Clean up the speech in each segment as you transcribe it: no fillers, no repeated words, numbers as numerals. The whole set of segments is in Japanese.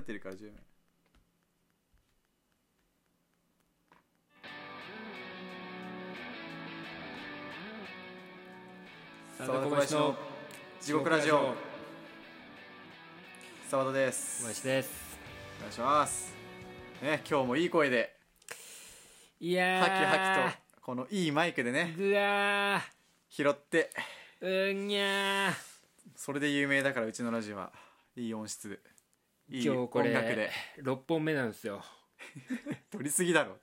ってるから10名。澤田小林の地獄ラジオ。澤田です。 小林です。 お願いしますね。今日もいい声で、 いやー、 ハキハキとこのいいマイクでね、 ぐわ拾って、 うんにゃー。 それで有名だから、うちのラジオはいい音質、いい今日これ音楽で 6本目なんですよ。 撮りすぎだろ。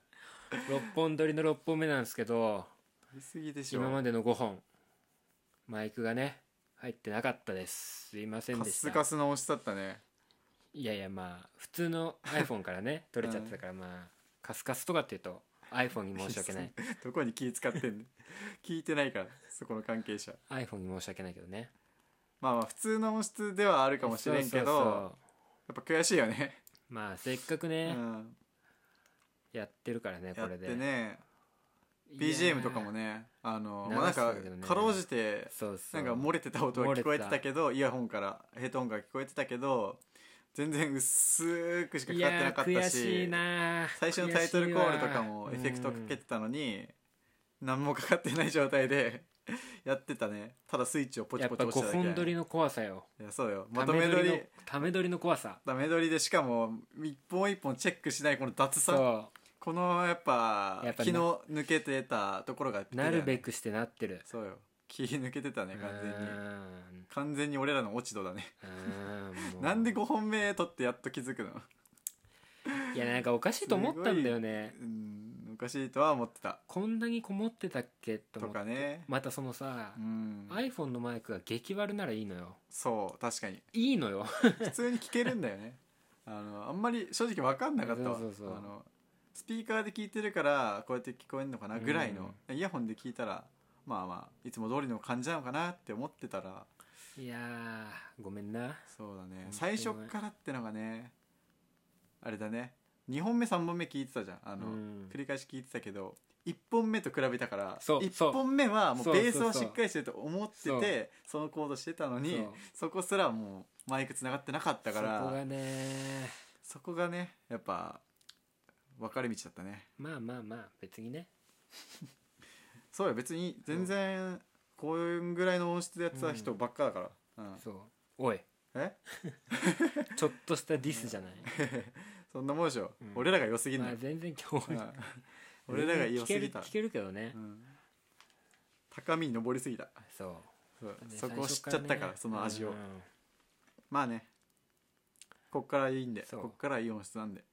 6本撮りの6本目なんですけど、 撮りすぎでしょ。 今までの5本マイクがね入ってなかったです。すいませんでした。 カスカスの音質だったね。 いやいや、まあ普通の iPhone からね撮れちゃってたから、まあカスカスとかっていうと iPhone に申し訳ない。 どこに気使ってんの聞いてないから、そこの関係者。 iPhone に申し訳ないけどね。 まあ普通の音質ではあるかもしれんけど、 そうやっぱ悔しいよね。 まあせっかくね、 うん、 やってるからね、これでやってね。 いやー BGM とかもね、まあなん流してかたけどねかろうじてそうそうなんか漏れてた音が聞こえてたけど、イヤホンからヘッドホンから聞こえてたけど、全然薄くしかかかってなかったいやー悔し、 しいな。 最初のタイトルコールとかもエフェクトかけてたのに、何もかかってない状態でやってたね。ただスイッチをポチやっぱポチ押しただけ。 5本撮りの怖さよ。 いやそうよ、まとめ撮り、 ため撮りの怖さ。 ダメ撮りで、しかも一本一本チェックしないこの雑さ。 そこのやっぱやっぱ気の抜けてたところが、 うなるべくしてなってる。 そうよ、気抜けてたね、完全に。 に完全に俺らの落ち度だね。 もうなんで5本目撮ってやっと気づくの。 いやなんかおかしいと思ったんだよね。 おかしいとは思ってた。 こんなにこもってたっけと思とってかね。 またそのさ、iPhone のマイクが激悪ならいいのよ。 そう確かにいいのよ普通に聞けるんだよね。あんまり正直分かんなかったわ。 そうそうそうスピーカーで聞いてるからこうやって聞こえるのかなぐらいの、イヤホンで聞いたらまあまあいつも通りの感じなのかなって思ってたら、 いやーごめんな。 そうだね、最初からってのがね、あれだね。2本目3本目聞いてたじゃん。繰り返し聞いてたけど、1本目と比べたから、 そう 1本目はもうそうベースはしっかりしてると思ってそうて、そのコードしてたのに、 そうそこすらもうマイクつながってなかったから、 そこがねやっぱ分かれ道だったね。 まあまあまあ別にね。 そうよ、別に全然こういうぐらいの音質でやってた人ばっかだから、 そうおいえちょっとしたディスじゃないそんなもんでしょ、俺らが良すぎんのよ、 まあ全然今日俺らが良すぎた。 聞けるけどね、 高みに登りすぎた。 そうそこを知っちゃったから、その味を。まあね、こっからいいんで、こっからいい音質なんで。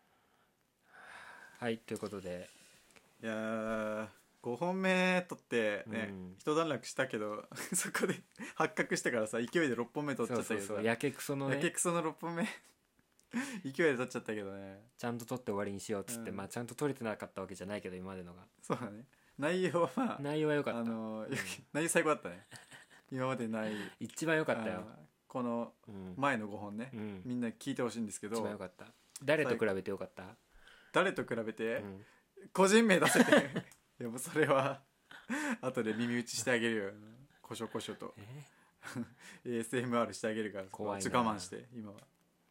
はい、ということで、 いやー5本目取ってね、一段落したけどそこで発覚してからさ、勢いで6本目取っちゃったけどさ、 やけくそのね、 やけくその6本目勢いで取っちゃったけどね。 ちゃんと取って終わりにしようっつって、まあちゃんと取れてなかったわけじゃないけど、今までのがそうだね、内容はまあ内容は良かった、 内容最高だったね。今までない一番良かったよ、 この前の5本ね、みんな聞いてほしいんですけど、 一番良かった。誰と比べて良かった？ 誰と比べて、個人名出せていやもうそれは後で耳打ちしてあげるよ、こしょこしょとASMR してあげるから、 怖いな、 ちょっと我慢して今は。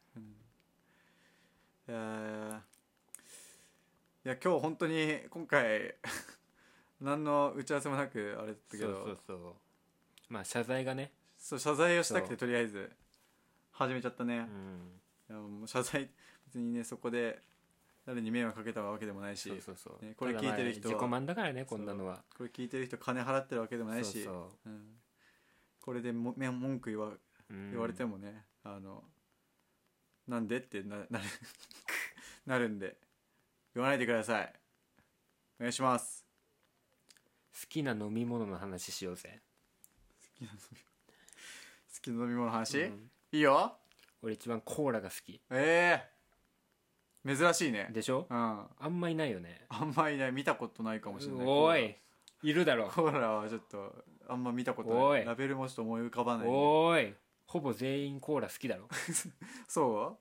いや今日本当に今回何の打ち合わせもなくあれだったけど、 そうまあ謝罪がね、 そう謝罪をしたくてとりあえず始めちゃったね。いやもう謝罪別にね、そこで誰に迷惑かけたわけでもないし、ね、これ聞いてる人は自己満だからね、こんなのは。 これ聞いてる人金払ってるわけでもないし、これで文句言われてもね、なんでってなるんで言わないでください。お願いします。 好きな飲み物の話しようぜ。 好きな飲み物の話、いいよ。 俺一番コーラが好き。 珍しいね。 でしょ、あんまいないよね。 あんまいない、見たことないかもしれない。 おいいるだろ。 コーラはちょっとあんま見たことない。ラベルもちょっと思い浮かばない、ね、 おいほぼ全員コーラ好きだろそう、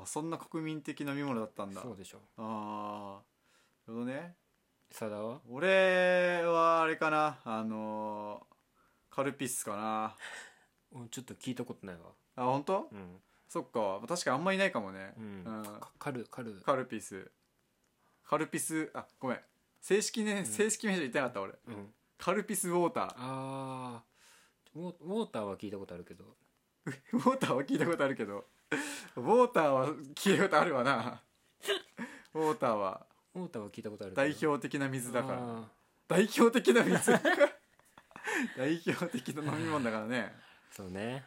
そんな国民的な飲み物だったんだ。 そうでしょ。 なるほどね。 佐田は？ 俺はあれかな、カルピスかな。 ちょっと聞いたことないわ。 本当？ そっか確かにあんまいないかもね、 カルピスあごめん正式名称言ってなかった俺、カルピスウォーター。 ウォーターは聞いたことあるけどウォーターは聞いたことあるけどウォーターは聞いたことあるわなウォーターは聞いたことあるけど代表的な水だから代表的な水代表的な飲み物だからね。 そうね、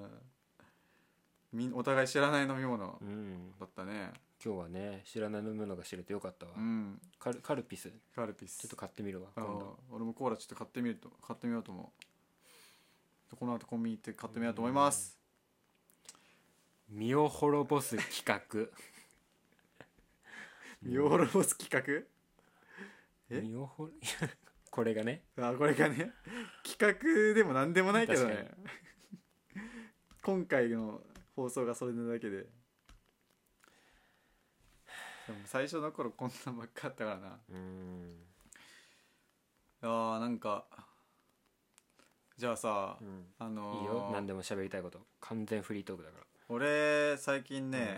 お互い知らない飲み物だったね、 今日はね。知らない飲み物が知れてよかったわ、カルピスちょっと買ってみるわ今度。 俺もコーラちょっと買ってみようと思う。この後コンビニ行って買ってみようと思います。 身を滅ぼす企画身を滅ぼす企画これがねこれがね企画でも何でもないけどね今回の放送がそれなだけで。でも最初の頃こんなんばっかあったからな。なんかじゃあさ、 いいよ何でも喋りたいこと。完全フリートークだから。 俺最近ね、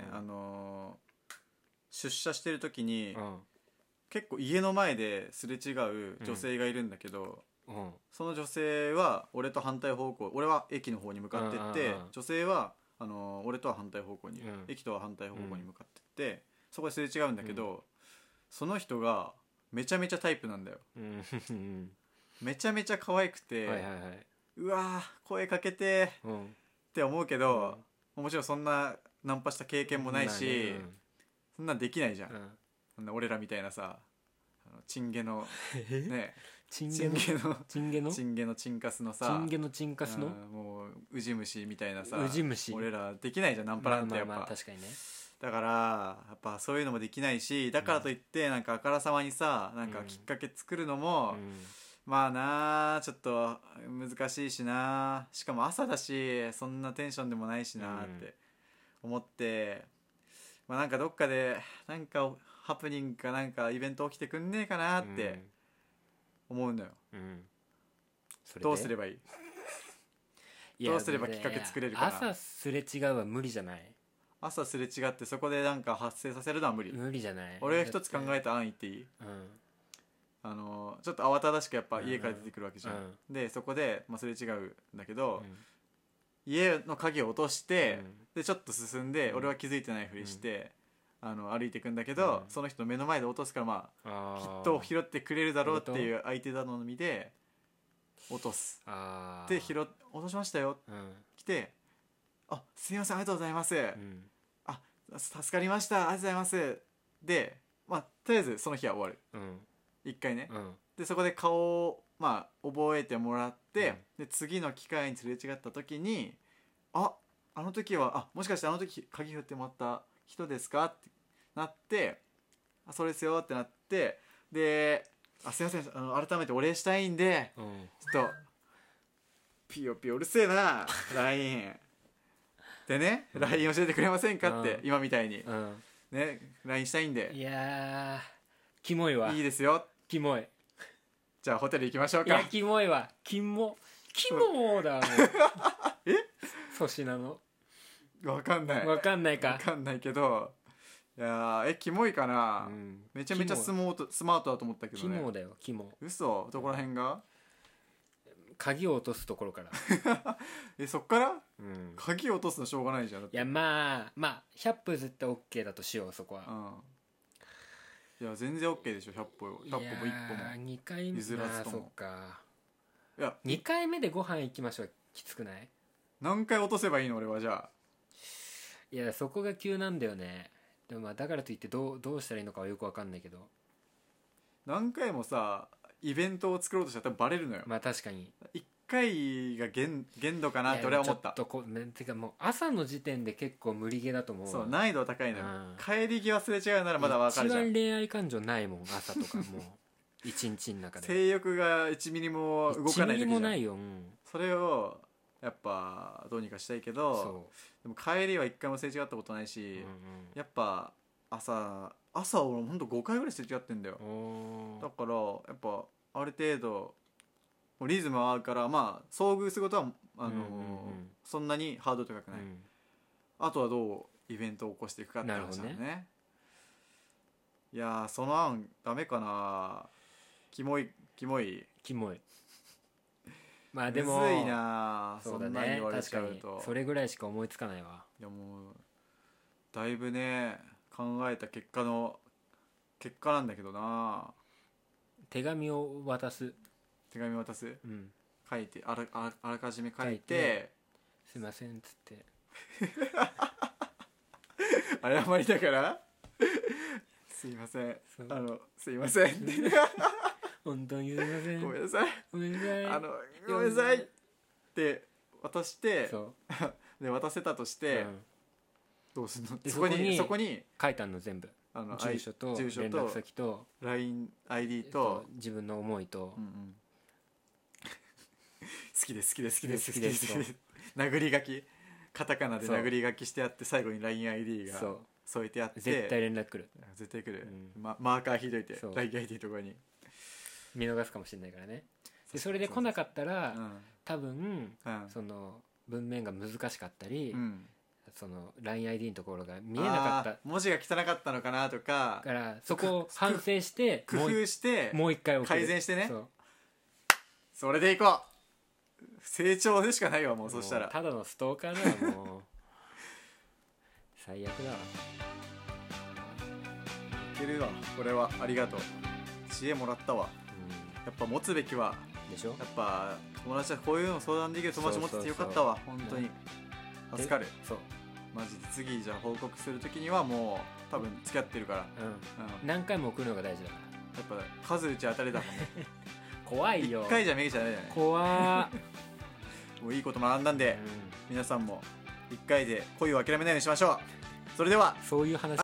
出社してる時に、結構家の前ですれ違う女性がいるんだけど、その女性は俺と反対方向、俺は駅の方に向かってって、女性は俺とは反対方向に、駅とは反対方向に向かってって、そこですれ違うんだけど、その人がめちゃめちゃタイプなんだよ、めちゃめちゃ可愛くて、うわー声かけてって思うけど、もちろんそんなナンパした経験もないし、そんなんできないじゃん、そんな俺らみたいなさチンゲのねチンゲのチンカスのさもうウジ虫みたいなさ俺らできないじゃんナンパなんて。やっぱ確かにね。 だからやっぱそういうのもできないし、だからといってなんかあからさまにさなんかきっかけ作るのも、まあなちょっと難しいしな、しかも朝だしそんなテンションでもないしなって思って、まあなんかどっかでなんかハプニングかなんかイベント起きてくんねえかなって思うのよ、どうすればいいどうすればきっかけ作れるかな。 朝すれ違うは無理じゃない。 朝すれ違ってそこでなんか発生させるのは無理じゃない。 俺が一つ考えた案言っていい？ちょっと慌ただしくやっぱ家から出てくるわけじゃん、でそこで、すれ違うんだけど、家の鍵を落として、でちょっと進んで、俺は気づいてないふりして、歩いていくんだけど、その人の目の前で落とすからきっと拾ってくれるだろうっていう相手頼みで落とす。で落としましたよ、来てすいませんありがとうございます、助かりましたありがとうございますで、とりあえずその日は終わる、一回ね、でそこで顔を覚えてもらって、で次の機会にすれ違った時にあの時はもしかしてあの時鍵振ってもらった人ですかってなって、そうですよってなって、ですいません改めてお礼したいんで、ちょっとピヨピヨうるせえな LINE でね、LINE 教えてくれませんかって、今みたいに、ね LINE したいんで。 いやキモいわ。 いいですよ。 キモい。 じゃあホテル行きましょうか。 いやキモいわ。キモだもん粗品のわかんないか。わかんないけど、いやキモいかな、めちゃめちゃスマートだと思ったけどね。 キモだよキモ。 嘘？どこら辺が？ 鍵を落とすところからそっから、鍵を落とすのしょうがないじゃん。いやまあ100歩絶対 OK だとしようそこは、 いや全然 OK でしょ。100歩も1歩も 2回目譲らずとも。 そっか。 いや 2回目でご飯行きましょう。きつくない？ 何回落とせばいいの俺は。じゃあいやそこが急なんだよね。でもだからといってどうしたらいいのかはよく分かんないけど、 何回もさイベントを作ろうとしたら多分バレるのよ。 確かに 1回が限度かなって俺は思った。 ちょっとてかもう朝の時点で結構無理ゲーだと思う。 そう難易度高いのよ、帰り際すれ違うならまだ分かるじゃん。 一番恋愛感情ないもん朝とかもう一日の中で性欲が1ミリも動かない時じゃん。1ミリもないよ、それをやっぱどうにかしたいけど、でも帰りは1回もすれ違ったことないし、やっぱ朝俺ほんと5回ぐらいすれ違ってんだよ。だからやっぱある程度リズムは合うから、遭遇することはそんなにハードル高くない、 あとはどうイベントを起こしていくかって話だね。いやその案ダメかな。キモいまあでもむずいな。 そうだね、 そんなに言われちゃう確かとにそれぐらいしか思いつかないわ。 いやもうだいぶね考えた結果なんだけどな。 手紙を渡す、 手紙渡す、 うん、 書いてあらかじめ書いてすいませんっつって謝りだからすいませんすいません本当にすいませんごめんなさいごめんなさいごめんなさいって渡してそうで渡せたとして、 うん、 どうするの。 そこに書いたの全部住所と連絡先と LINE、ID と自分の思いと、 うんうん、好きです殴り書きカタカナで殴り書きしてあって最後に LINE、ID が添えてあって絶対連絡来る、 絶対来る、 うんマーカー引いといて LINE、ID のところに見逃すかもしれないからね。でそれで来なかったら、 うん、 多分、 うん、 その文面が難しかったり、 うん、 その LINE、ID のところが見えなかった文字が汚かったのかなとかからそこを反省して工夫してもう一回送る改善してね。 そうそれでいこう。成長でしかないわもう。そしたらただのストーカーだわもう最悪だわ。 いけるわこれは。ありがとう、知恵もらったわ。やっぱ持つべきはでしょ。 やっぱ友達はこういうの相談できる友達持っててよかったわ。本当に助かる。 そうマジで次じゃあ報告するときにはもう多分付き合ってるから、 何回も送るのが大事だかやっぱ数打ち当たりだもんねら怖いよ。 1回じゃめげちゃダメだよね。 怖もういいこと学んだんで、 うん、 皆さんも1回で恋を諦めないようにしましょう。それではそういう話